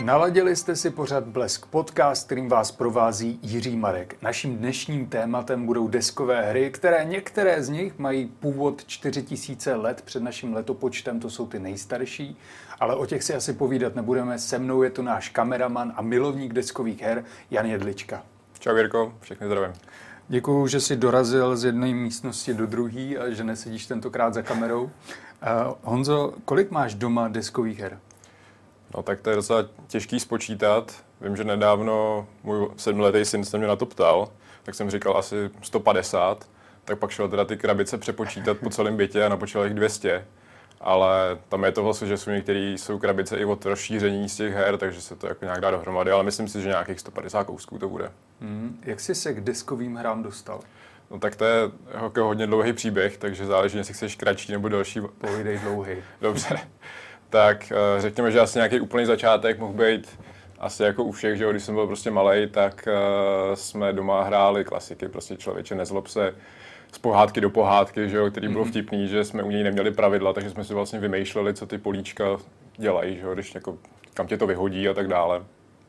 Naladili jste si pořad Blesk podcast, kterým vás provází Jiří Marek. Naším dnešním tématem budou deskové hry, které některé z nich mají původ 4000 let před naším letopočtem, to jsou ty nejstarší, ale o těch si asi povídat nebudeme. Se mnou je tu náš kameraman a milovník deskových her Jan Jedlička. Čau Jirko, všechny zdravím. Děkuju, že jsi dorazil z jedné místnosti do druhé a že nesedíš tentokrát za kamerou. Honzo, kolik máš doma deskových her? No tak to je docela těžký spočítat. Vím, že nedávno můj 7letý syn se mě na to ptal, tak jsem říkal asi 150, tak pak šel teda ty krabice přepočítat po celém bytě a napočítal jich 200. Ale tam je to vlastně, že některé jsou krabice i od rozšíření z těch her, takže se to jako nějak dá dohromady, ale myslím si, že nějakých 150 kousků to bude. Jak jsi se k deskovým hrám dostal? No tak to je jako hodně dlouhý příběh, takže záleží, jestli chceš kratší nebo delší. Povídej dlouhý. Dobře. Tak řekněme, že asi nějaký úplný začátek mohl být asi jako u všech, že když jsem byl prostě malej, tak jsme doma hráli klasiky, prostě Člověče nezlob se, z pohádky do pohádky, že jo, který bylo vtipný, že jsme u něj neměli pravidla, takže jsme si vlastně vymýšleli, co ty políčka dělají, že jo, když jako, kam tě to vyhodí a tak dále.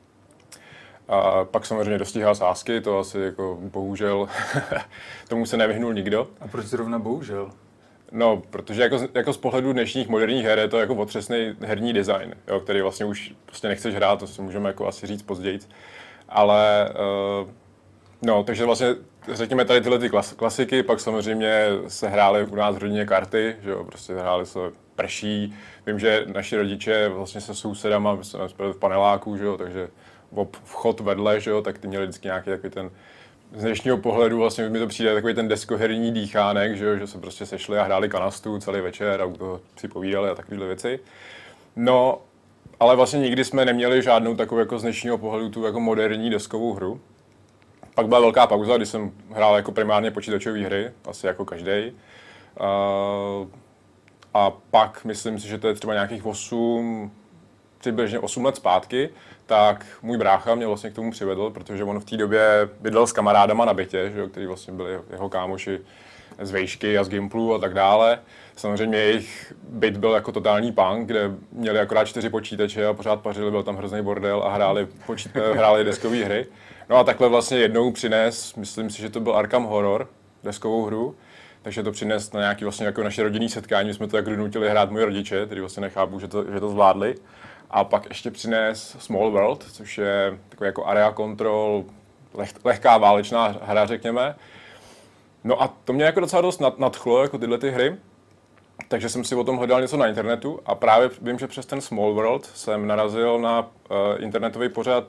A pak samozřejmě dostíhal sázky, to asi jako bohužel tomu se nevyhnul nikdo. A proč zrovna bohužel? No, protože jako z pohledu dnešních moderních her je to jako otřesný herní design, jo, který vlastně už prostě nechceš hrát, to si můžeme jako asi říct později. Ale no, takže vlastně řekněme tady tyhle ty klasiky, pak samozřejmě se hrály u nás v rodině karty, že jo, prostě hráli se prší. Vím, že naši rodiče vlastně se sousedama, jsme v paneláku, že jo, takže vchod vedle, že jo, tak ty měli vždycky nějaký takový ten, z dnešního pohledu vlastně mi to přijde takový ten deskoherní dýchánek, že se prostě sešli a hráli kanastu celý večer a u toho si povídali a takovéhle věci. No, ale vlastně nikdy jsme neměli žádnou takovou jako z dnešního pohledu tu jako moderní deskovou hru. Pak byla velká pauza, kdy jsem hrál jako primárně počítačové hry, asi jako každý. A pak myslím si, že to je třeba nějakých přibližně 8 let zpátky, tak můj brácha mě vlastně k tomu přivedl, protože on v té době bydlel s kamarádama na bytě, že jo, který vlastně byli jeho kámoši z vejšky a z Gimplu a tak dále. Samozřejmě jejich byt byl jako totální punk, kde měli akorát 4 počítače a pořád pařili, byl tam hrozný bordel a hráli deskové hry. No a takhle vlastně jednou přines, myslím si, že to byl Arkham Horror, deskovou hru, takže to přines na nějaký vlastně jako naše rodinné setkání, my jsme to jako donutili hrát moji rodiče, který vlastně nechápu, že to zvládli. A pak ještě přines Small World, což je takový jako area control, lehká válečná hra, řekněme. No a to mě jako docela dost nadchlo, jako tyhle ty hry. Takže jsem si o tom hledal něco na internetu a právě vím, že přes ten Small World jsem narazil na internetový pořad,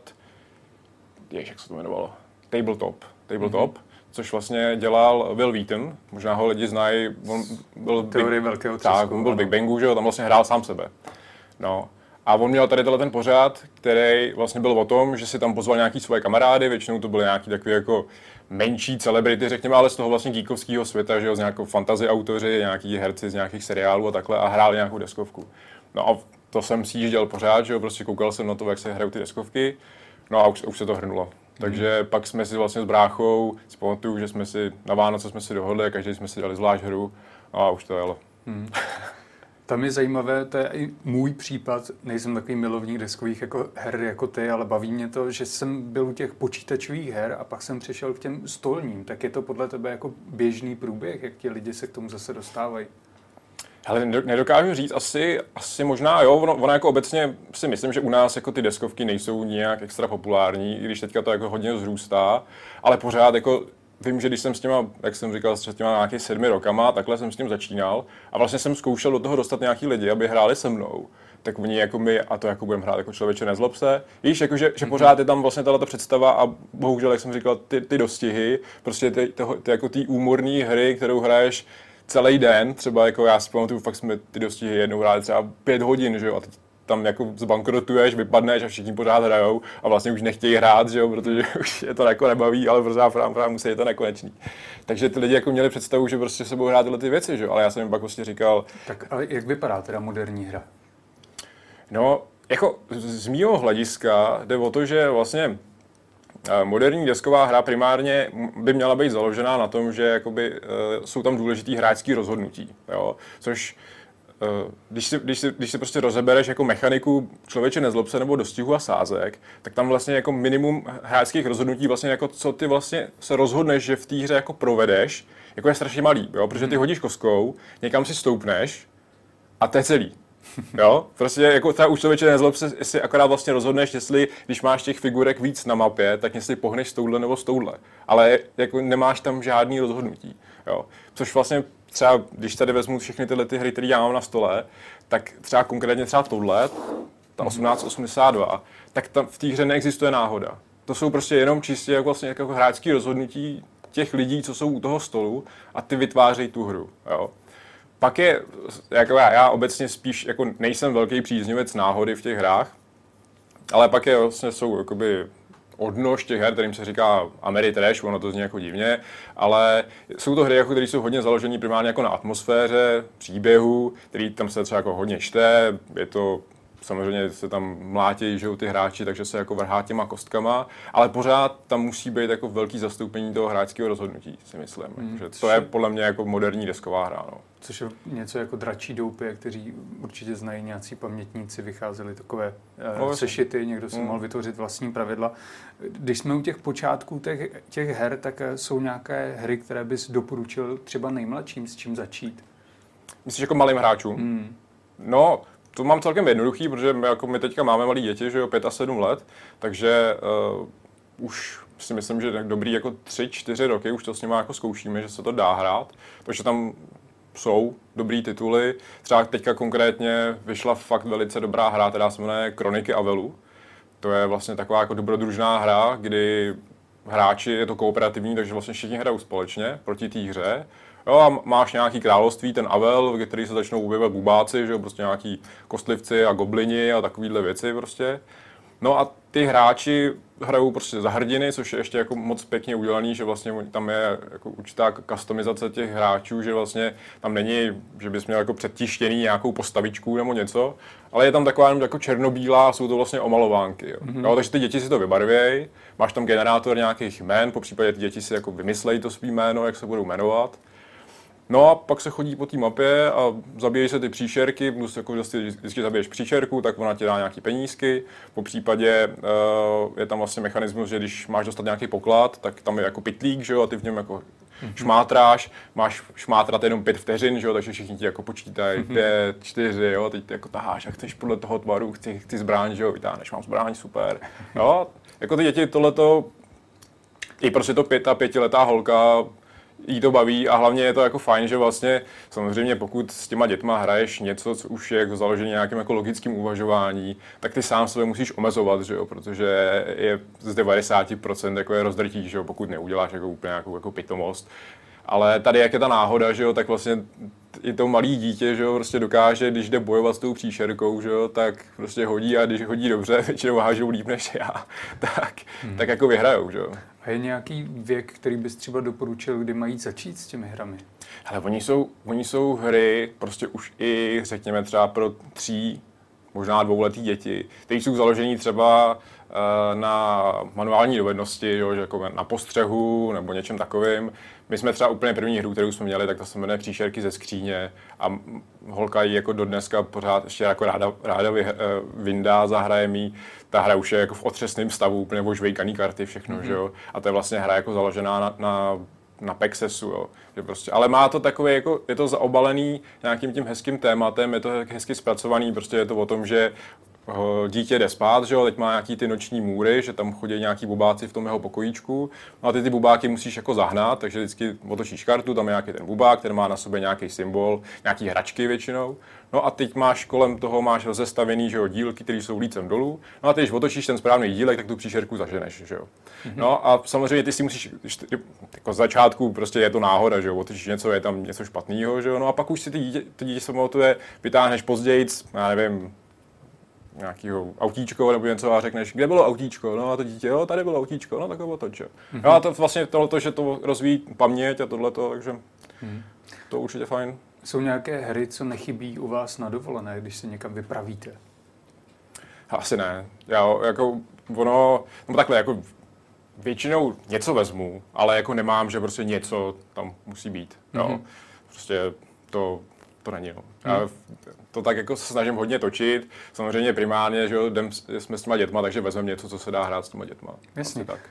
jak se to jmenovalo? Tabletop, což vlastně dělal Will Wheaton, možná ho lidi znají, on byl Teorie velkého třesku. Tak, on byl Big Bangu, že jo, tam vlastně hrál sám sebe. No. A on měl tady ten pořád, který vlastně byl o tom, že si tam pozval nějaký svoje kamarády, většinou to byly nějaký takový jako menší celebrity, řekněme, ale z toho vlastně geekovského světa, že jo, z nějakou fantasy autoři, nějaký herci z nějakých seriálů a takhle a hráli nějakou deskovku. No a to jsem sjížděl pořád, že jo, prostě koukal jsem na to, jak se hrajou ty deskovky, no a už se to hrnulo. Takže pak jsme si vlastně s bráchou, si pamatuju, že jsme si na Vánoce jsme si dohodli a každý jsme si dali zvlášť hru a už to jelo. Tam je zajímavé, to je i můj případ, nejsem takový milovník deskových her jako ty, ale baví mě to, že jsem byl u těch počítačových her a pak jsem přešel k těm stolním. Tak je to podle tebe jako běžný průběh, jak ti lidi se k tomu zase dostávají? Hele, nedokážu říct, asi možná jo, ono jako obecně si myslím, že u nás jako ty deskovky nejsou nějak extra populární, i když teďka to jako hodně vzrůstá, ale pořád jako vím, že když jsem s těma, jak jsem říkal, s těma nějakých 7 rokama, takhle jsem s tím začínal a vlastně jsem zkoušel do toho dostat nějaký lidi, aby hráli se mnou. Tak oni jako my, a to jako budeme hrát jako Člověče nezlob se. Víš, jako, že pořád je tam vlastně tato představa a bohužel, jak jsem říkal, ty dostihy, prostě ty jako ty úmorné hry, kterou hraješ celý den, třeba jako já si pamatuju, fakt jsme ty dostihy jednou hráli třeba 5 hodin, že jo, a teď tam jako zbankrotuješ, vypadneš a všichni pořád hrajou a vlastně už nechtějí hrát, že jo, protože už je to jako nebaví, ale pořád musí, je to nekonečný. Takže ty lidi jako měli představu, že prostě se budou hrát tyhle ty věci, že jo, ale já jsem jim pak prostě říkal... Tak ale jak vypadá teda moderní hra? No, jako z mýho hlediska jde o to, že vlastně moderní desková hra primárně by měla být založená na tom, že jakoby, jsou tam důležitý hráčský rozhodnutí, jo? Což když si prostě rozebereš jako mechaniku Člověče nezlob se nebo Dostihu a sázek, tak tam vlastně jako minimum hráčských rozhodnutí vlastně jako co ty vlastně se rozhodneš, že v té hře jako provedeš, jako je strašně malý, jo? Protože ty hodíš kostkou, někam si stoupneš a to je celý. Jo, prostě jako třeba už Člověče nezlob se, si akorát vlastně rozhodneš, jestli, když máš těch figurek víc na mapě, tak jestli pohneš s touhle nebo s touhle. Ale jako nemáš tam žádný rozhodnutí, jo. Což vlastně třeba, když tady vezmu všechny tyhle ty hry, které já mám na stole, tak třeba konkrétně třeba tohle, ta 1882, tak tam v té hře neexistuje náhoda. To jsou prostě jenom čistě jako vlastně jako hráčský rozhodnutí těch lidí, co jsou u toho stolu a ty vytvářejí tu hru, jo. Pak je, jako já obecně spíš jako nejsem velký příznivec náhody v těch hrách, ale pak je vlastně jsou jakoby odnož těch her, kterým se říká Ameritrash, ono to zní jako divně, ale jsou to hry, jako, které jsou hodně založené primárně jako na atmosféře, příběhu, který tam se třeba jako hodně čte, je to samozřejmě se tam mlátí, že ty hráči, takže se jako vrhá těma kostkama, ale pořád tam musí být jako velký zastoupení toho hráčského rozhodnutí, si myslím. Že to je podle mě jako moderní desková hra. No. Což je něco jako Dračí doupě, kteří určitě znají nějací pamětníci, vycházely takové sešity, někdo si mohl vytvořit vlastní pravidla. Když jsme u těch počátků těch her, tak jsou nějaké hry, které bys doporučil třeba nejmladším, s čím začít? Myslíš jako malým hráčům? No, to mám celkem jednoduchý, protože my teďka máme malí děti, že jo, 5 a 7 let, takže už si myslím, že tak dobrý jako 3-4 roky už to s nimi jako zkoušíme, že se to dá hrát, protože tam jsou dobrý tituly. Třeba teďka konkrétně vyšla fakt velice dobrá hra, která se jmenuje Kroniky Avelu. To je vlastně taková jako dobrodružná hra, kdy hráči, je to kooperativní, takže vlastně všichni hrajou společně proti té hře. Jo, a máš nějaký království, ten Avel, ve který se začnou objevovat bubáci, že jo, prostě nějaký kostlivci a goblini a takovýhle věci prostě. No a ty hráči hrajou prostě za hrdiny, což je ještě jako moc pěkně udělaný, že vlastně tam je jako určitá customizace těch hráčů, že vlastně tam není, že bys měl jako předtištěný nějakou postavičku nebo něco, ale je tam taková jenom jako černobílá, jsou to vlastně omalovánky. Jo. Jo, takže ty děti si to vybarvějí, máš tam generátor nějakých jmén, popřípadě ty děti si jako vymyslejí to svý jméno, jak se budou jmenovat. No a pak se chodí po té mapě a zabíjejí se ty příšerky, plus jako vždycky zabiješ příšerku, tak ona ti dá nějaký penízky. Po případě je tam vlastně mechanismus, že když máš dostat nějaký poklad, tak tam je jako pytlík, že jo, a ty v něm jako šmátráš, máš šmátrat jenom 5 vteřin, že jo, takže všichni ti jako počítají 5, 4, jo, teď ty jako taháš a chceš podle toho tvaru, chci zbraň, že jo, vytáhneš, mám zbraň, super. Jo, jako ty děti tohleto, i prostě to 5letá holka, jí to baví a hlavně je to jako fajn, že vlastně samozřejmě pokud s těma dětma hraješ něco, co už je jako založené nějakým jako logickým uvažování, tak ty sám sebe musíš omezovat, že jo, protože je z 90% jako je rozdrtí, že jo, pokud neuděláš jako úplně nějakou jako pitomost. Ale tady, jak je ta náhoda, že jo, tak vlastně i to malý dítě, že jo, prostě dokáže, když jde bojovat s tou příšerkou, že jo, tak prostě hodí a když hodí dobře, většinou hážou líp než já, tak jako vyhrajou, že jo. A je nějaký věk, který bys třeba doporučil, kdy mají začít s těmi hrami? Hele, oni jsou hry prostě už i, řekněme, třeba pro 3, možná 2letý děti, které jsou založené třeba na manuální dovednosti, jo, že jako na postřehu nebo něčem takovým. My jsme třeba úplně první hru, kterou jsme měli, tak to se jmenuje Příšerky ze skříně a holka ji jako do dneska pořád ještě jako ráda vyndá, zahraje mi. Ta hra už je jako v otřesném stavu, úplně ožvejkaný karty, všechno, že jo. A to je vlastně hra jako založená na Pexesu, jo. Že prostě, ale má to takové, jako, je to zaobalený nějakým tím hezkým tématem, je to hezky zpracovaný, prostě je to o tom, že dítě jde spát, že jo, teď má nějaký ty noční můry, že tam chodí nějaký bubáci v tom jeho pokojíčku. No a ty bubáky musíš jako zahnat, takže vždycky otočíš kartu, tam je nějaký ten bubák, který má na sobě nějaký symbol, nějaký hračky většinou. No a teď máš kolem toho rozestavěný, že jo, dílky, které jsou lícem dolů. No a ty, když otočíš ten správný dílek, tak tu příšerku zaženeš, že jo. No a samozřejmě ty si musíš, jako z začátku prostě je to náhoda, že jo, otočíš něco, je tam něco špatného, že jo. No a pak už si ty dítě se motivuje, vytáhneš později, já nevím, nějakého autíčko nebo něco a řekneš, kde bylo autíčko, no a to dítě, jo, tady bylo autíčko, no tak to otoč. No a to vlastně tohleto, že to rozvíjí paměť a tohleto, takže to určitě fajn. Jsou nějaké hry, co nechybí u vás na dovolené, když se někam vypravíte? Asi ne. Já jako ono, no takhle, jako většinou něco vezmu, ale jako nemám, že prostě něco tam musí být, jo. Prostě to to není. Já to tak jako se snažím hodně točit. Samozřejmě primárně, že jo, jsme s těma dětma, takže vezmeme něco, co se dá hrát s těma dětma. Jasně. Tak.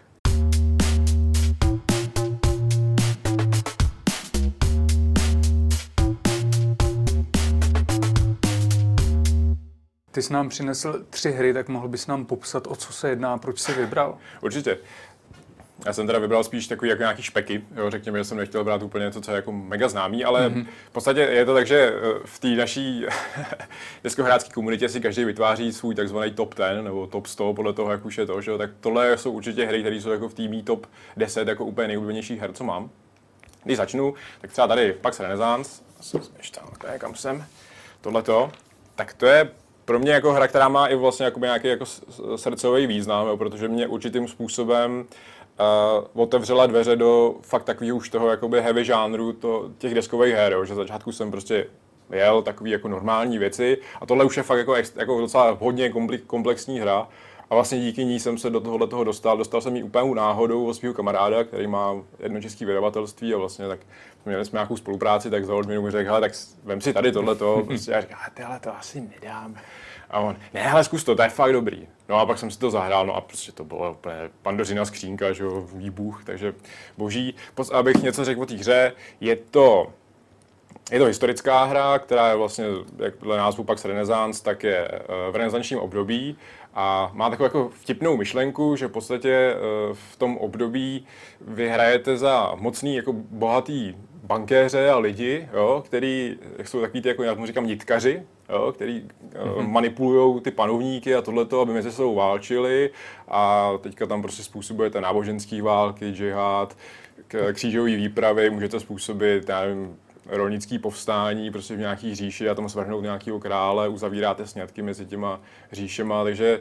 Ty jsi nám přinesl 3 hry, tak mohl bys nám popsat, o co se jedná a proč jsi vybral? Určitě. Já jsem teda vybral spíš takový jako nějaký špeky, jo, řekněme, že jsem nechtěl brát úplně něco, co je jako mega známý, ale v podstatě je to tak, že v té naší deskohrácké komunitě si každý vytváří svůj takzvaný top 10 nebo top 100 podle toho, jak už je to, že jo, tak tohle jsou určitě hry, které jsou jako v týmí top 10 jako úplně nejoblíbenějších her, co mám. Když začnu, tak třeba tady Pax Renaissance, kam jsem, tohleto, tak to je pro mě jako hra, která má i vlastně nějaký jako srdcový význam, jo, protože mě určitým způsobem otevřela dveře do fakt takového už toho jakoby heavy žánru těch deskových her, jo, že začátku jsem prostě jel takový jako normální věci a tohle už je fakt jako docela hodně komplexní hra a vlastně díky ní jsem se do toho dostal jsem ji úplně náhodou od svého kamaráda, který má jedno české vydavatelství a vlastně tak měli jsme nějakou spolupráci, tak za odměnu mi řekl, hele, tak vem si tady tohleto, prostě já říkám, tyhle to asi nedám. A on, ne, hele, zkus to je fakt dobrý. No a pak jsem si to zahrál, no a prostě to bylo úplně pandořina skřínka, že jo, výbuch, takže boží. Abych něco řekl o té hře, je to historická hra, která je vlastně, jak podle názvu Pax Renaissance, tak je v renesančním období a má takovou jako vtipnou myšlenku, že v podstatě v tom období vy hrajete za mocný, jako bohatý bankéře a lidi, jo, který jsou takový ty, jako já tomu říkám, nitkaři, jo, který manipulují ty panovníky a tohleto, aby mezi sebou válčili a teďka tam prostě způsobujete náboženský války, džihad, křížové výpravy, můžete způsobit, já nevím, rolnický povstání prostě v nějaký říši a tam svrhnout nějakého krále, uzavíráte sňatky mezi těma říšema, takže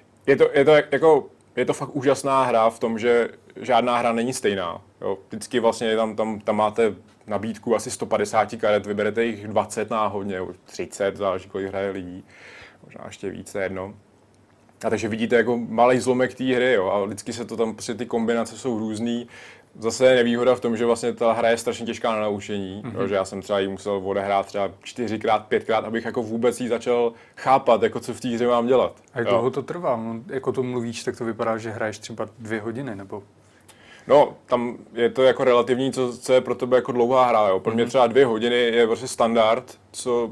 je to fakt úžasná hra v tom, že žádná hra není stejná. Jo. Vždycky vlastně tam máte nabídku asi 150 karet, vyberete jich 20 náhodně, 30, záleží, kolik hraje lidí, možná ještě více, jedno. A takže vidíte jako malý zlomek té hry, jo, a vždycky se to tam, prostě ty kombinace jsou různý. Zase je nevýhoda v tom, že vlastně ta hra je strašně těžká na naučení, že já jsem třeba ji musel odehrát třeba 4x, 5x, abych jako vůbec ji začal chápat, jako co v té hře mám dělat. A jak dlouho to trvá? No, jako to mluvíš, tak to vypadá, že hraješ třeba 2 hodiny, nebo? No, tam je to jako relativní, co je pro tebe jako dlouhá hra, jo. Pro mě třeba 2 hodiny je prostě standard, co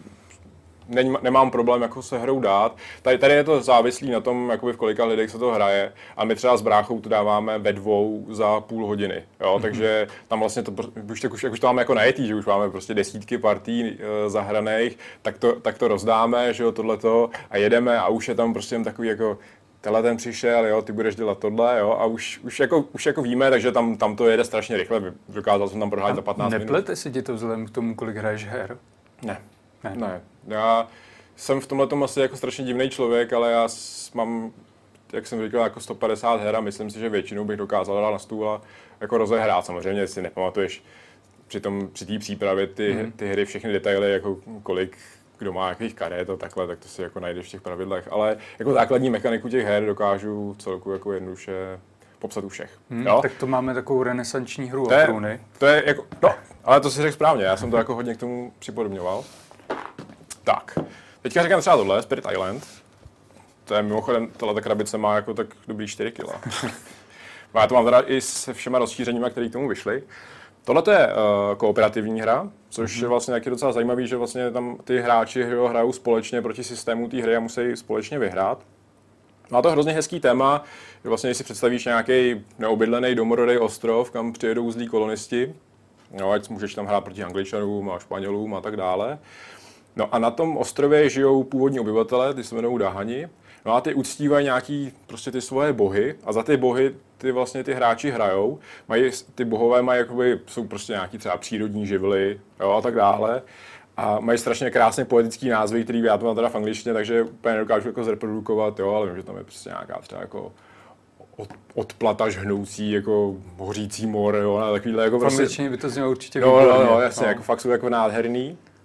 nemám problém jako se hrou dát. Tady je to závislý na tom, jakoby v kolika lidech se to hraje a my třeba s bráchou to dáváme ve 2 za půl hodiny, jo, takže tam vlastně to, jak už to máme jako najetý, že už máme prostě desítky partí zahraných, tak to rozdáme, že jo, tohleto a jedeme a už je tam prostě takový jako tenhle ten přišel, jo, ty budeš dělat tohle, jo, a už jako víme, takže tam to jede strašně rychle, dokázal jsem tam prohrát za 15 minut. Neplete si ti to vzhledem k tomu, kolik hraješ her? Ne. Já jsem v tomhletom asi jako strašně divný člověk, ale já mám, jak jsem říkal, jako 150 her a myslím si, že většinou bych dokázal dát na stůl a jako rozehrát. Samozřejmě si nepamatuješ při té přípravě ty hry, všechny detaily, jako kolik kdo má jakých karet a takhle, tak to si jako najdeš v těch pravidlech. Ale jako základní mechaniku těch her dokážu celku jako jednoduše popsat u všech. Tak to máme takovou renesanční hru o trůny. To je jako, no, ale to si řekl správně, já jsem to jako hodně k tomu připodobňoval. Tak, teďka říkám třeba tohle, Spirit Island. To je mimochodem, tato krabice má jako tak dobrý 4 kg. Já to mám teda i se všema rozšířeníma, které k tomu vyšly. Tohle je kooperativní hra, což je vlastně taky docela zajímavý, že vlastně tam ty hráči hrajou společně proti systému té hry a musí společně vyhrát. Má to hrozně hezký téma, že vlastně když si představíš nějaký neobydlený domorodý ostrov, kam přijedou zlí kolonisti, no, ať můžeš tam hrát proti Angličanům a Španělům a tak dále. No a na tom ostrově žijou původní obyvatelé, ty se jmenují Dahani. No a ty uctívají nějaký prostě ty svoje bohy a za ty bohy ty hráči hrajou. Ty bohové jsou prostě nějaký třeba přírodní živly, jo, a tak dále. A mají strašně krásně poetický názvy, který já to mám teda v angličtině, takže úplně nedokážu jako zreprodukovat, jo, ale vím, že tam je prostě nějaká třeba jako odplata žhnoucí, jako hořící mor, jo, a takovýhle jako prostě... V angličtině by to znělo určitě výborně. No, jasně, jako fakt jsou jako nádherný.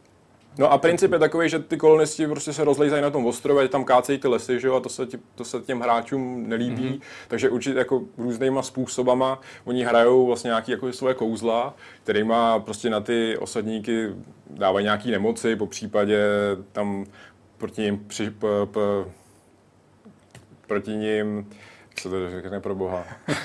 No a princip je takový, že ty kolonisti prostě se rozlejzají na tom ostrově, tam kácejí ty lesy, že jo, a to se těm hráčům nelíbí, takže určitě jako různýma způsobama oni hrajou vlastně nějaké jako svoje kouzla, kterýma prostě na ty osadníky dávají nějaké nemoci, po případě tam proti nim proti ním, jak se to řekne pro boha.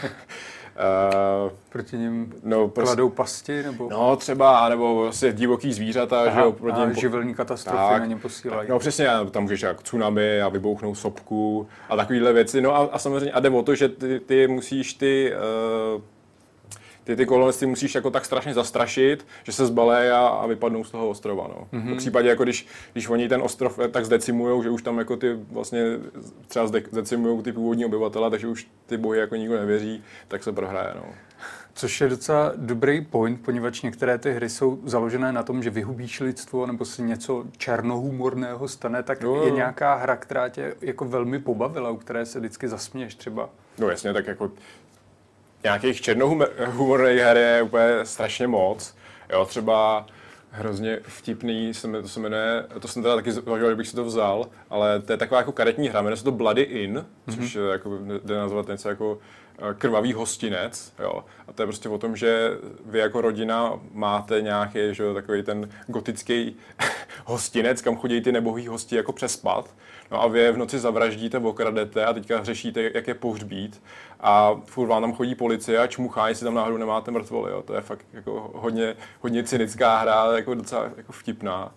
Proti nim kladou pasti? Nebo? No třeba, nebo vlastně divoký zvířata, že jo, proti nim živelní katastrofy tak, na ně posílají. No přesně, tam můžeš jako tsunami a vybouchnou sopku a takovýhle věci. No a samozřejmě jde o to, že ty musíš ty kolonisty musíš jako tak strašně zastrašit, že se zbalej a vypadnou z toho ostrova. No. V případě, jako když oni ten ostrov tak zdecimujou, že už tam jako ty vlastně třeba zdecimujou ty původní obyvatele, takže už ty bohy jako nikdo nevěří, tak se prohraje. No. Což je docela dobrý point, poněvadž některé ty hry jsou založené na tom, že vyhubíš lidstvo nebo si něco černohumorného stane, tak je nějaká hra, která tě jako velmi pobavila, u které se vždycky zasměješ třeba. No jasně, tak jako nějakých černohumorných her je úplně strašně moc. Jo, třeba hrozně vtipný, to se jmenuje, to jsem teda taky zvažoval, že bych si to vzal, ale to je taková jako karetní hra, jmenuje se to Bloody Inn, což je jako, jde nazvat něco jako krvavý hostinec, jo. A to je prostě o tom, že vy jako rodina máte nějaký, že takový ten gotický hostinec, kam chodí ty nebohý hosti jako přespat. No a vy je v noci zavraždíte, okradete a teďka řešíte, jak je pohřbít. A furt vám tam chodí policie a čmuchá, jestli tam náhodou nemáte mrtvoly, jo. To je fakt jako hodně cynická hra, jako docela jako vtipná.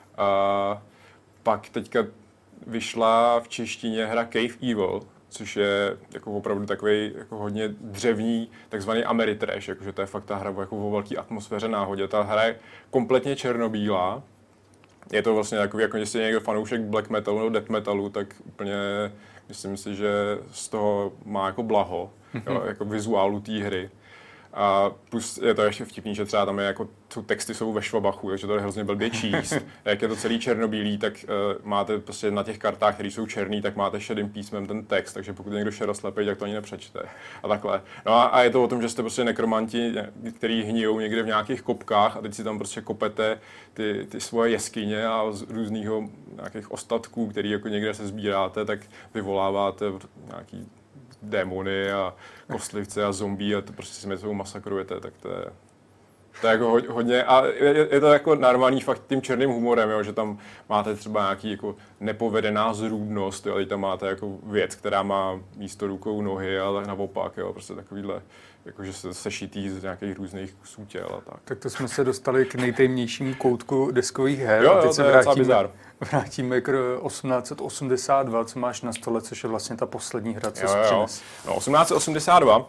A pak teďka vyšla v češtině hra Cave Evil, což je jako opravdu takový jako hodně dřevní, takzvaný Ameritrash, jakože to je fakt ta hra jako o velké atmosféře náhodě. Ta hra je kompletně černobílá. Je to vlastně takový, jako jestli je někdo fanoušek black metalu nebo death metalu, tak úplně myslím si, že z toho má jako blaho, jo, jako vizuálu té hry. A plus je to ještě vtipný, že třeba tam je jako, texty jsou ve švabachu, takže to je hrozně blbě číst. Jak je to celý černobílý, tak máte prostě na těch kartách, které jsou černý, tak máte šedým písmem ten text, takže pokud je někdo šeroslepý, tak to ani nepřečte. A takhle. No a je to o tom, že jste prostě nekromanti, který hnijou někde v nějakých kopkách a teď si tam prostě kopete ty svoje jeskyně a z různýho nějakých ostatků, který jako někde se sbíráte, tak vyvoláváte nějaký démony a kostlivce a zombie a to prostě si mezi sebou masakrujete, tak to je jako hodně a je to jako narvaný fakt tím černým humorem, jo, že tam máte třeba nějaký jako nepovedená zrůdnost, jo, teď tam máte jako věc, která má místo rukou nohy, ale naopak, jo, prostě takovýhle, jako že se sešitý z nějakých různých kusů těl a tak. Tak to jsme se dostali k nejtemnějším koutku deskových her. Jo, a teď to je vrátíme k 1882, co máš na stole, což je vlastně ta poslední hra, co jsi přines. No, 1882.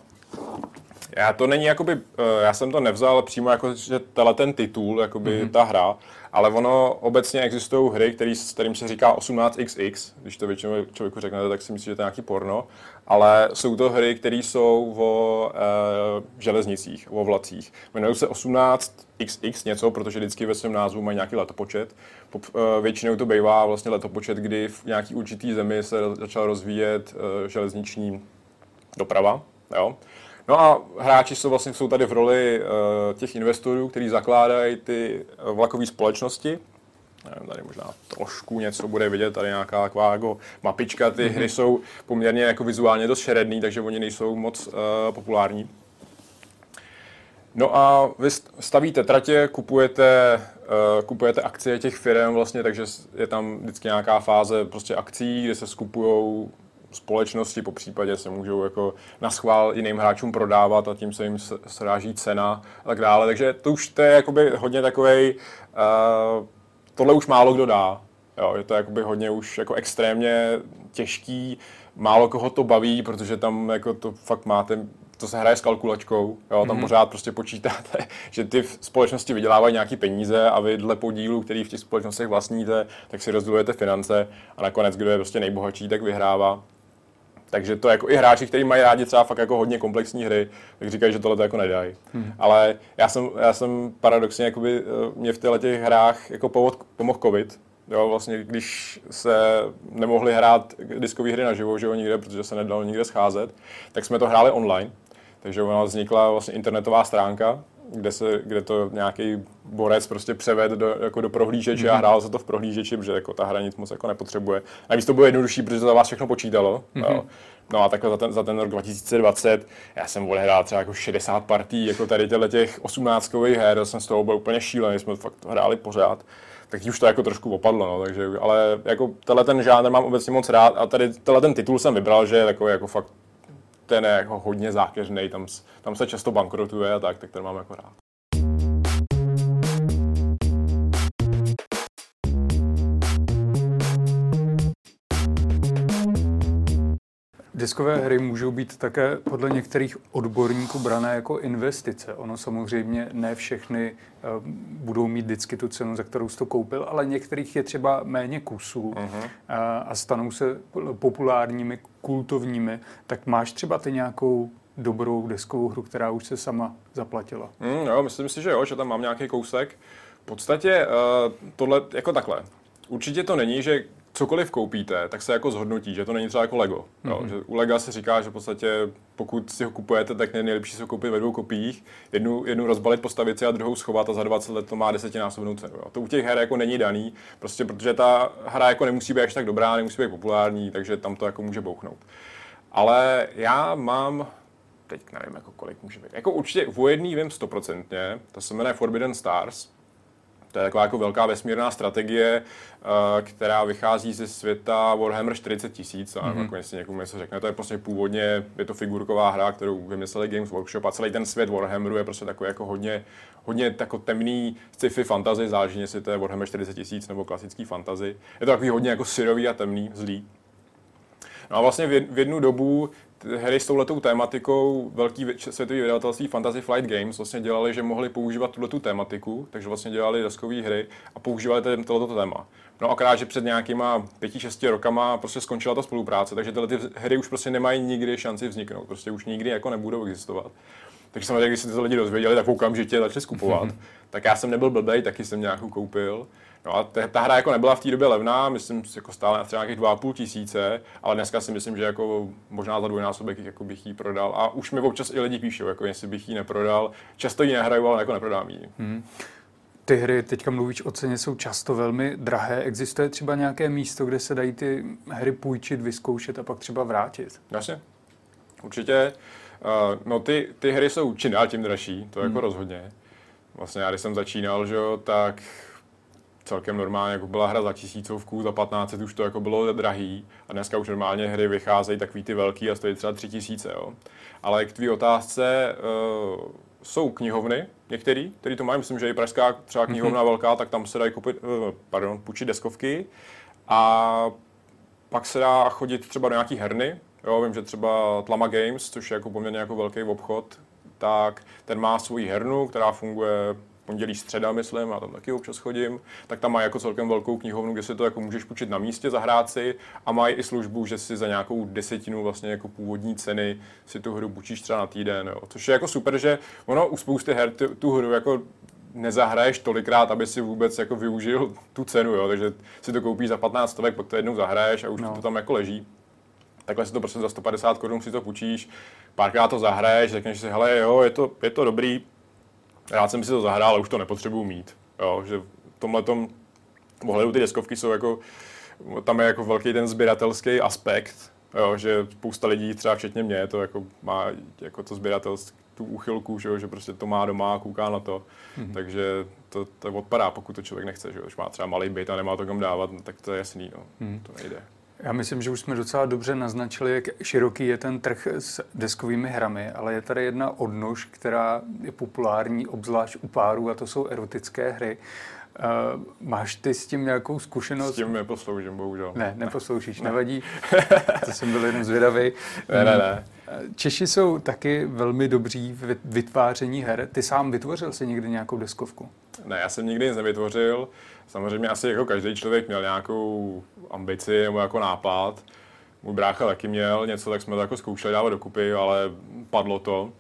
To není jakoby, já jsem to nevzal přímo jako, že ten titul, jakoby ta hra, ale ono obecně existují hry, kterým se říká 18XX, když to většinou člověku řeknete, tak si myslí, že to je nějaký porno, ale jsou to hry, které jsou o železnicích, o vlacích. Jmenují se 18XX něco, protože vždycky ve svém názvu mají nějaký letopočet. Většinou to bývá vlastně letopočet, kdy v nějaký určitý zemi se začala rozvíjet železniční doprava, jo. No a hráči jsou tady v roli těch investorů, kteří zakládají ty vlakové společnosti. Nevím, tady možná trošku něco bude vidět, tady nějaká taková jako mapička. Ty hry jsou poměrně jako vizuálně dost šeredný, takže oni nejsou moc populární. No a vy stavíte tratě, kupujete akcie těch firm vlastně, takže je tam vždycky nějaká fáze prostě akcí, kde se skupujou společnosti, po případě se můžou jako naschvál jiným hráčům prodávat a tím se jim sráží cena a tak dále. Takže to je jakoby hodně takovej, tohle už málo kdo dá. Jo, je to jakoby hodně už jako extrémně těžký, málo koho to baví, protože tam jako to fakt máte, to se hraje s kalkulačkou, jo, tam pořád prostě počítáte, že ty společnosti vydělávají nějaký peníze a vy dle podílu, který v těch společnostech vlastníte, tak si rozdělujete finance a nakonec, kdo je prostě nejbohatší, tak vyhrává. Takže to jako i hráči, kteří mají rádi třeba fakt jako hodně komplexní hry, tak říkají, že tohle to jako nedají. Ale já jsem paradoxně, jakoby, mě v těch hrách jako pomohl covid. Jo, vlastně, když se nemohli hrát diskové hry naživo, že jo, nikde, protože se nedalo nikde scházet, tak jsme to hráli online. Takže ona vznikla vlastně internetová stránka, kde to nějaký borec prostě převed do prohlížeče a hrál se to v prohlížeči, protože jako ta hra nic moc jako nepotřebuje. Navíc to bylo jednodušší, protože to za vás všechno počítalo. Jo. No a takhle za ten rok 2020 já jsem odehrál třeba jako 60 partí, jako tady těch 18kových her, jsem z toho byl úplně šílený, jsme fakt to hráli pořád. Tak už to jako trošku opadlo, no, takže, ale jako tenhle ten žánr mám obecně moc rád a tady tenhle ten titul jsem vybral, že je takový jako fakt ten je jako hodně zákeřnej, tam se často bankrotuje a tak ten mám jako rád. Deskové hry můžou být také podle některých odborníků brané jako investice. Ono samozřejmě ne všechny budou mít vždycky tu cenu, za kterou jsi to koupil, ale některých je třeba méně kusů a stanou se populárními, kultovními. Tak máš třeba ty nějakou dobrou deskovou hru, která už se sama zaplatila? Jo, myslím si, že jo, že tam mám nějaký kousek. V podstatě tohle jako takhle. Určitě to není, že cokoliv koupíte, tak se jako zhodnotí, že to není třeba jako Lego. Jo, že u Lega se říká, že v podstatě pokud si ho kupujete, tak nejlepší si ho koupit ve 2 kopiích, jednu rozbalit, postavit si a druhou schovat a za 20 let to má 10násobnou cenu. Jo. To u těch her jako není daný, prostě protože ta hra jako nemusí být až tak dobrá, nemusí být populární, takže tam to jako může bouchnout. Ale já mám, teď nevím, jako kolik může být, jako určitě o jedný vím 100%, to se jmenuje Forbidden Stars. To je taková jako velká vesmírná strategie, která vychází ze světa Warhammer 40 000. Jako jestli někomu něco řekne, to je prostě původně, je to figurková hra, kterou vymysleli Games Workshop a celý ten svět Warhammeru je prostě takový jako hodně jako temný sci-fi fantasy, záleží, jestli to je Warhammer 40 000 nebo klasický fantasy. Je to takový hodně jako syrový a temný, zlý. No a vlastně v jednu dobu hry s touhletou tématikou, velký světový vydavatelství Fantasy Flight Games vlastně dělali, že mohli používat tuhletu tématiku, takže vlastně dělali deskové hry a používali tohleto téma. No akorát, že před nějakýma 5-6 rokama prostě skončila ta spolupráce, takže tyhle hry už prostě nemají nikdy šanci vzniknout, prostě už nikdy jako nebudou existovat. Takže samozřejmě, když se tyto lidi dozvěděli, tak okamžitě začali skupovat. Tak já jsem nebyl blbej, taky jsem nějakou koupil. No a ta hra jako nebyla v té době levná, myslím, jako stále na třeba nějakých 2,5 tisíce, ale dneska si myslím, že jako možná za dvojnásobek jako bych ji prodal. A už mi občas i lidi píšou, jako jestli bych ji neprodal. Často ji nehraju, ale jako neprodám ji. Ty hry, teďka mluvíš o ceně, jsou často velmi drahé. Existuje třeba nějaké místo, kde se dají ty hry půjčit, vyzkoušet a pak třeba vrátit? Jasně, určitě. No ty hry jsou čím dál tím dražší, to jako rozhodně. Vlastně já když jsem začínal, že jo, tak celkem normálně jako byla hra za 1000, za 1500 už to jako bylo drahý a dneska už normálně hry vycházejí takový ty velký a stojí třeba 3000, jo. Ale k tvý otázce jsou knihovny některý, který to mají, myslím, že i pražská třeba knihovna velká, tak tam se dají půjčit deskovky a pak se dá chodit třeba do nějaký herny. Jo, vím, že třeba Tlama Games, což je jako poměrně jako velký obchod, tak ten má svoji hernu, která funguje pondělí, středa, myslím, a tam taky občas chodím, tak tam mají jako celkem velkou knihovnu, kde si to jako můžeš půjčit na místě, zahrát si a mají i službu, že si za nějakou 10 vlastně jako původní ceny si tu hru půjčíš třeba na týden, jo. Což je jako super, že ono u spousty her tu hru jako nezahraješ tolikrát, aby si vůbec jako využil tu cenu, jo. Takže si to koupíš za 15 stovek, pak to jednou zahraješ a už to tam jako leží. Takhle si to prostě za 150 korun si to půjčíš, párkrát to zahraješ, řekneš si, hele jo, je to dobrý, rád jsem si to zahrál, ale už to nepotřebuji mít. Jo, že v tomhletom ohledu ty deskovky jsou jako, tam je jako velký ten sběratelský aspekt, jo, že spousta lidí, třeba včetně mě, to jako má jako to sběratelství, tu úchylku, že prostě to má doma a kouká na to, takže to odpadá, pokud to člověk nechce, že když má třeba malý byt a nemá to kam dávat, no, tak to je jasný, no, to nejde. Já myslím, že už jsme docela dobře naznačili, jak široký je ten trh s deskovými hrami, ale je tady jedna odnož, která je populární, obzvlášť u párů, a to jsou erotické hry. Máš ty s tím nějakou zkušenost? S tím neposloužím, bohužel. Ne, neposloužíš, nevadí. To jsem byl jenom zvědavý. Ne. Češi jsou taky velmi dobří v vytváření her. Ty sám vytvořil jsi někdy nějakou deskovku? Ne, já jsem nikdy nic nevytvořil. Samozřejmě asi jako každý člověk měl nějakou ambici nebo jako nápad. Můj brácha taky měl něco, tak jsme to jako zkoušeli dávat dokupy, ale padlo to.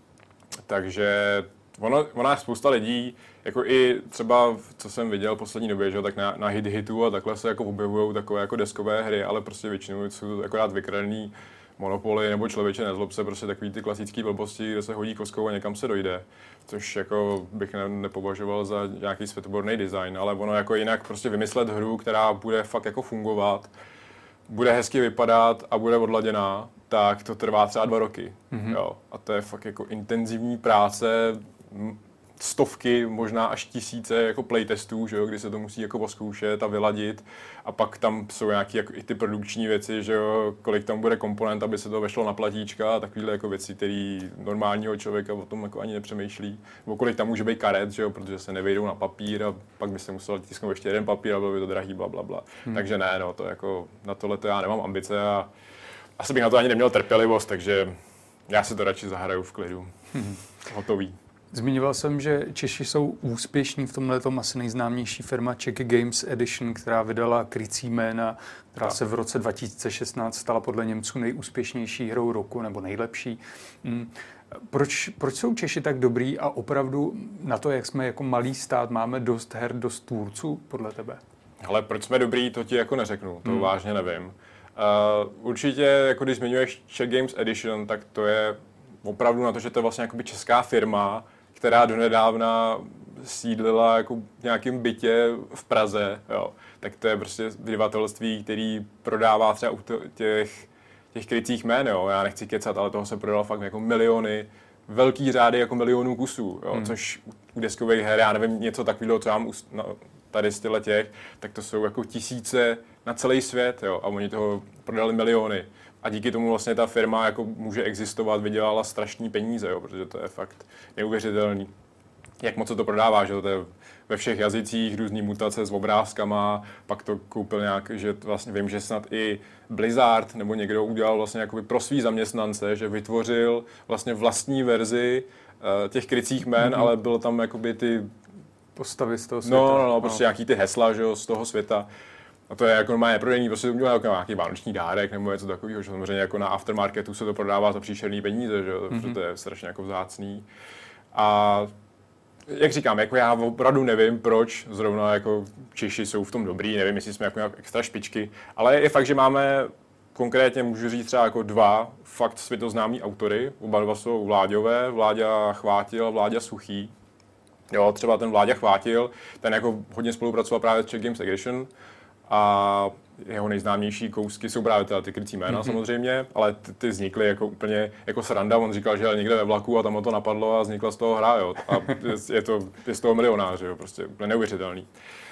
Takže ona je spousta lidí, jako i třeba, co jsem viděl v poslední době, že, tak na hitu a takhle se jako objevují takové jako deskové hry, ale prostě většinou jsou akorát vykradený Monopoly nebo Člověče nezlob se, prostě takový ty klasické blbosti, kde se hodí kostkou a někam se dojde. Což jako bych nepovažoval za nějaký světoborný design, ale ono jako jinak prostě vymyslet hru, která bude fakt jako fungovat, bude hezky vypadat a bude odladěná, tak to trvá třeba 2 roky. Jo. A to je fakt jako intenzivní práce, stovky, možná až tisíce jako playtestů, že jo, kdy se to musí jako oskoušet a vyladit. A pak tam jsou nějaké jako i ty produkční věci, že jo, kolik tam bude komponent, aby se to vešlo na platíčka a takovéhle jako věci, které normálního člověka o tom jako ani nepřemýšlí. Nebo kolik tam může být karet, že jo, protože se nevejdou na papír a pak by se musel tisknout ještě jeden papír a bylo by to drahý, blablabla. Takže ne, no, to jako na tohle to já nemám ambice a asi bych na to ani neměl trpělivost, takže já si to radši zahraju v klidu. Hotový. Zmiňoval jsem, že Češi jsou úspěšní v tomhletom, asi nejznámější firma Czech Games Edition, která vydala Krycí jména, která se v roce 2016 stala podle Němců nejúspěšnější hrou roku, nebo nejlepší. Proč jsou Češi tak dobrý a opravdu na to, jak jsme jako malý stát, máme dost her, dost tvůrců, podle tebe? Ale proč jsme dobrý, to ti jako neřeknu, to vážně nevím. Určitě, jako když zmiňuješ Czech Games Edition, tak to je opravdu na to, že to je vlastně jakoby česká firma, která donedávna sídlila jako v nějakém bytě v Praze, jo. Tak to je prostě vydavatelství, který prodává třeba u těch krycích jmén, jo. Já nechci kecat, ale toho se prodalo fakt jako miliony, velký řády jako milionů kusů, jo. Což u deskových her, já nevím, něco takového, co mám tady z těch, tak to jsou jako tisíce na celý svět, jo. A oni toho prodali miliony. A díky tomu vlastně ta firma jako může existovat, vydělala strašný peníze, jo, protože to je fakt neuvěřitelný. Jak moc se to prodává, že to je ve všech jazycích, různý mutace s obrázkama, pak to koupil nějak, že vlastně vím, že snad i Blizzard nebo někdo udělal vlastně jakoby pro svý zaměstnance, že vytvořil vlastně vlastní verzi těch krycích jmen, ale bylo tam jakoby ty postavy z toho světa. No, prostě nějaký ty hesla, že jo, z toho světa. A to je jako normálně prodejný, prostě to mělo jako nějaký vánoční dárek nebo něco takového, že samozřejmě jako na aftermarketu se to prodává za příšerný peníze, že jo, protože to je strašně jako vzácný. A jak říkám, jako já opravdu nevím, proč zrovna jako Češi jsou v tom dobrý, nevím, jestli jsme jako nějak extra špičky, ale je fakt, že máme konkrétně, můžu říct třeba jako 2 fakt světoznámí autory, oba 2 jsou Vláďové, Vláďa Chvátil a Vláďa Suchý. Jo, třeba ten Vláďa Chvátil, ten jako hodně spolupracoval právě s Czech Games Edition, a jeho nejznámější kousky jsou právě ty krycí jména samozřejmě, ale ty vznikly jako úplně jako sranda. On říkal, že jel někde ve vlaku a tam ho to napadlo a vznikla z toho hra, jo. A je z toho milionář, jo, prostě neuvěřitelný.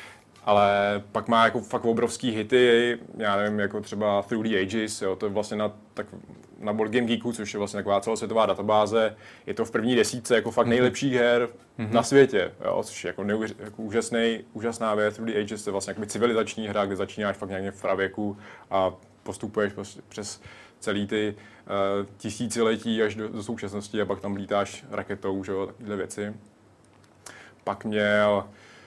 Ale pak má jako fakt obrovský hity, já nevím, jako třeba Through the Ages, jo, to je vlastně na Board Game Geeku, což je vlastně taková celosvětová databáze. Je to v první desítce jako fakt nejlepších her na světě, jo, což je jako úžasná věc. Through the Ages je vlastně jako civilizační hra, kde začínáš fakt nějak v pravěku a postupuješ přes celý ty tisíciletí až do současnosti a pak tam lítáš raketou, že jo, takovéhle věci. Pak měl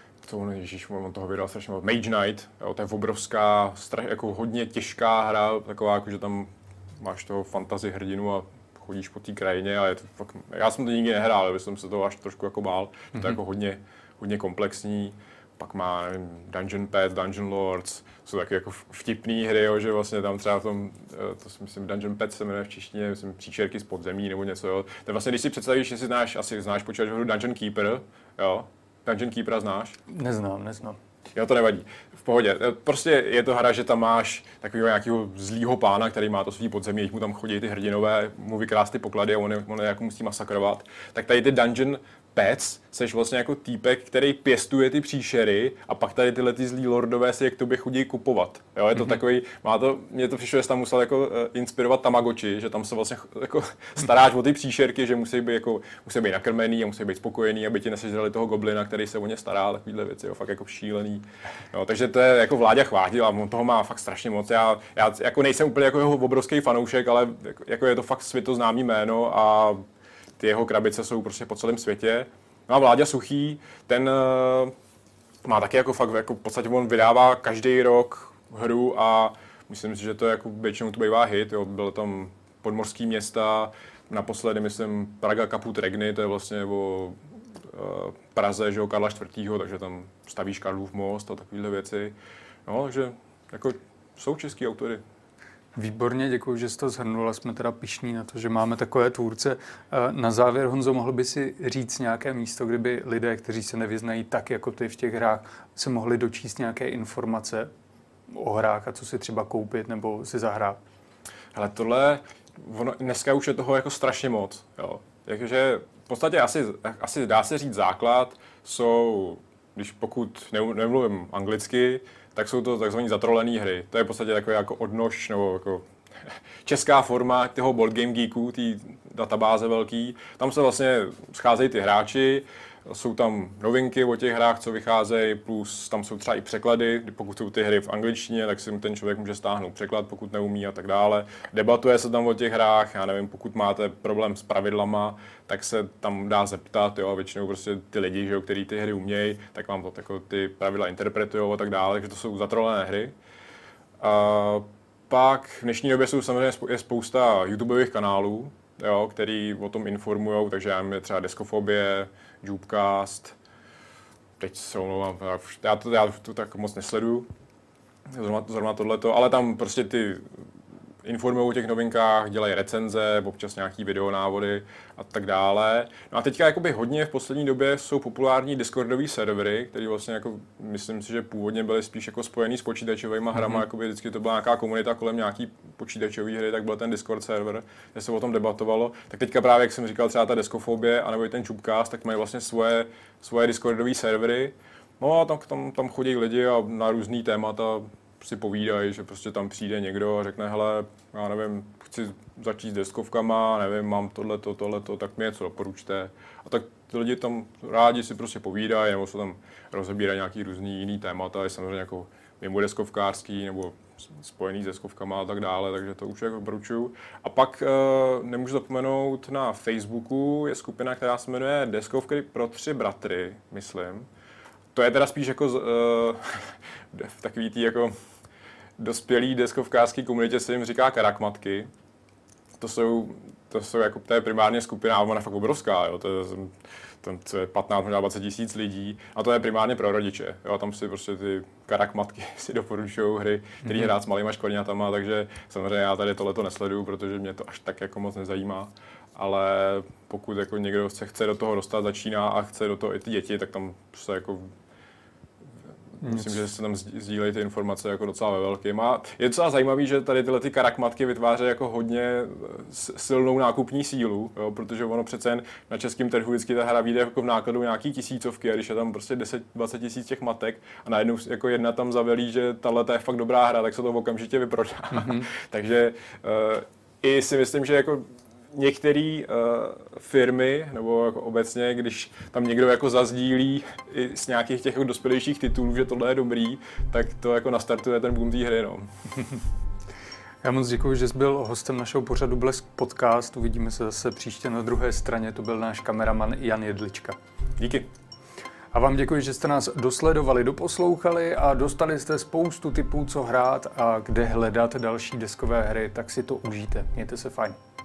on toho vydal strašně moc. Mage Knight, jo, to je obrovská, jako hodně těžká hra, taková, jako, že tam máš toho fantasy hrdinu a chodíš po té krajině a je to fakt, já jsem to nikdy nehrál, ale jsem se toho až trošku jako bál, to je jako hodně komplexní. Pak má, nevím, Dungeon Pets, Dungeon Lords, jsou taky jako vtipný hry, jo, že vlastně tam třeba v tom, to si myslím, Dungeon Pets se jmenuje v češtině, myslím, příšerky z podzemí nebo něco, jo. To vlastně, když si představíš, že si asi znáš počítač hru Dungeon Keeper, jo. Dungeon Keepera znáš? Neznám. Jo, to nevadí. V pohodě. Prostě je to hra, že tam máš takového nějakého zlýho pána, který má to svý podzemí, když mu tam chodí ty hrdinové, mu vykrást ty poklady a on je jako musí masakrovat. Tak tady ty Dungeon Pets, seš vlastně jako týpek, který pěstuje ty příšery a pak tady tyhle ty zlí lordové si je k tobě chodí kupovat. Jo, je to takový, mně to přišlo, že jsi tam musel jako inspirovat Tamagotchi, že tam se vlastně jako staráš o ty příšerky, že musí být nakrmený a musí být spokojený, aby ti nesežrali toho goblina, který se o ně stará, takovýhle věci, jo, fakt jako šílený. Jo, takže to je jako Vláďa Chvátil a on toho má fakt strašně moc. Já jako nejsem úplně jako jeho obrovský fanoušek, ale jako je to fakt světoznámý jméno a ty jeho krabice jsou prostě po celém světě. No a Vláďa Suchý, ten má taky jako fakt, jako v podstatě on vydává každý rok hru a myslím si, že to jako většinou to bývá hit, jo. Bylo tam Podmorský města, naposledy myslím Praga Kaput Regny, to je vlastně o Praze, že jo, Karla IV., takže tam stavíš Karlův most a takovéhle věci. No, takže jako jsou český autory. Výborně, děkuji, že jsi to shrnul a jsme teda pyšní na to, že máme takové tvůrce. Na závěr, Honzo, mohl by si říct nějaké místo, kdyby lidé, kteří se nevyznají tak jako ty v těch hrách, se mohli dočíst nějaké informace o hrách a co si třeba koupit nebo si zahrát? Ale tohle, dneska už je toho jako strašně moc. Jo. Takže v podstatě asi dá se říct základ, jsou, pokud nemluvím anglicky, tak jsou to takzvané zatrolené hry. To je v podstatě takový jako odnož, nebo jako česká forma toho Board Game Geeku, té databáze velký. Tam se vlastně scházejí ty hráči, jsou tam novinky o těch hrách, co vycházejí, plus tam jsou třeba i překlady. Pokud jsou ty hry v angličtině, tak si ten člověk může stáhnout překlad, pokud neumí a tak dále. Debatuje se tam o těch hrách, já nevím, pokud máte problém s pravidlama, tak se tam dá zeptat, jo, a většinou prostě ty lidi, že jo, který ty hry umějí, tak vám to jako ty pravidla interpretují a tak dále, takže to jsou zatrolené hry. Pak v dnešní době jsou samozřejmě spousta YouTubeových kanálů, jo, který o tom informujou, takže já mám třeba Deskofobie, Jupecast, teď se omlouvám, já to tak moc nesleduju, zrovna tohleto, ale tam prostě ty informují o těch novinkách, dělají recenze, občas nějaký videonávody a tak dále. No a teďka jakoby hodně v poslední době jsou populární Discordový servery, které vlastně jako, myslím si, že původně byly spíš jako spojený s počítačovými hrama, jakoby vždycky to byla nějaká komunita kolem nějaký počítačové hry, tak byl ten Discord server, kde se o tom debatovalo. Tak teďka právě, jak jsem říkal, třeba ta Deskofobie anebo i ten Jupecast, tak mají vlastně svoje Discordové servery. No a tam chodí lidi a na různý témata si povídají, že prostě tam přijde někdo a řekne, hele, já nevím, chci začít s deskovkama, nevím, mám tohleto, tak mi něco doporučte. A tak ty lidi tam rádi si prostě povídají, nebo se tam rozebírají nějaký různý jiný témata, je samozřejmě jako mimo deskovkářský, nebo spojený s deskovkama a tak dále, takže to už jako doporučuju. A pak nemůžu zapomenout, na Facebooku je skupina, která se jmenuje Deskovky pro 3 bratry, myslím. To je teda spíš jako v takový tý jako dospělý deskovkářský komunitě se jim říká karakmatky. To je primárně skupina, ale ona je fakt obrovská, jo. To je 15, možná 20 tisíc lidí a to je primárně pro rodiče. Jo. Tam si prostě ty karakmatky si doporučují hry, které hrát s malýma školňatama, takže samozřejmě já tady tohleto nesleduju, protože mě to až tak jako moc nezajímá. Ale pokud jako někdo se chce do toho dostat, začíná a chce do toho i ty děti, tak tam se jako myslím, že se tam sdílejí ty informace jako docela ve velkým. A je docela zajímavý, že tady tyhle ty karakmatky vytvářejí jako hodně silnou nákupní sílu, jo, protože ono přece jen na českém trhu vždycky ta hra vyjde jako v nákladu nějaký tisícovky a když je tam prostě 10-20 tisíc těch matek a najednou jako jedna tam zavelí, že tahle je fakt dobrá hra, tak se to okamžitě vyprodá. Takže i si myslím, že jako některé firmy, nebo jako obecně, když tam někdo jako zazdílí i z nějakých těch dospělejších titulů, že tohle je dobrý, tak to jako nastartuje ten boom té hry. No. Já moc děkuji, že jsi byl hostem našeho pořadu Blesk Podcast. Uvidíme se zase příště na druhé straně. To byl náš kameraman Jan Jedlička. Díky. A vám děkuji, že jste nás dosledovali, doposlouchali a dostali jste spoustu tipů, co hrát a kde hledat další deskové hry, tak si to užijte. Mějte se fajn.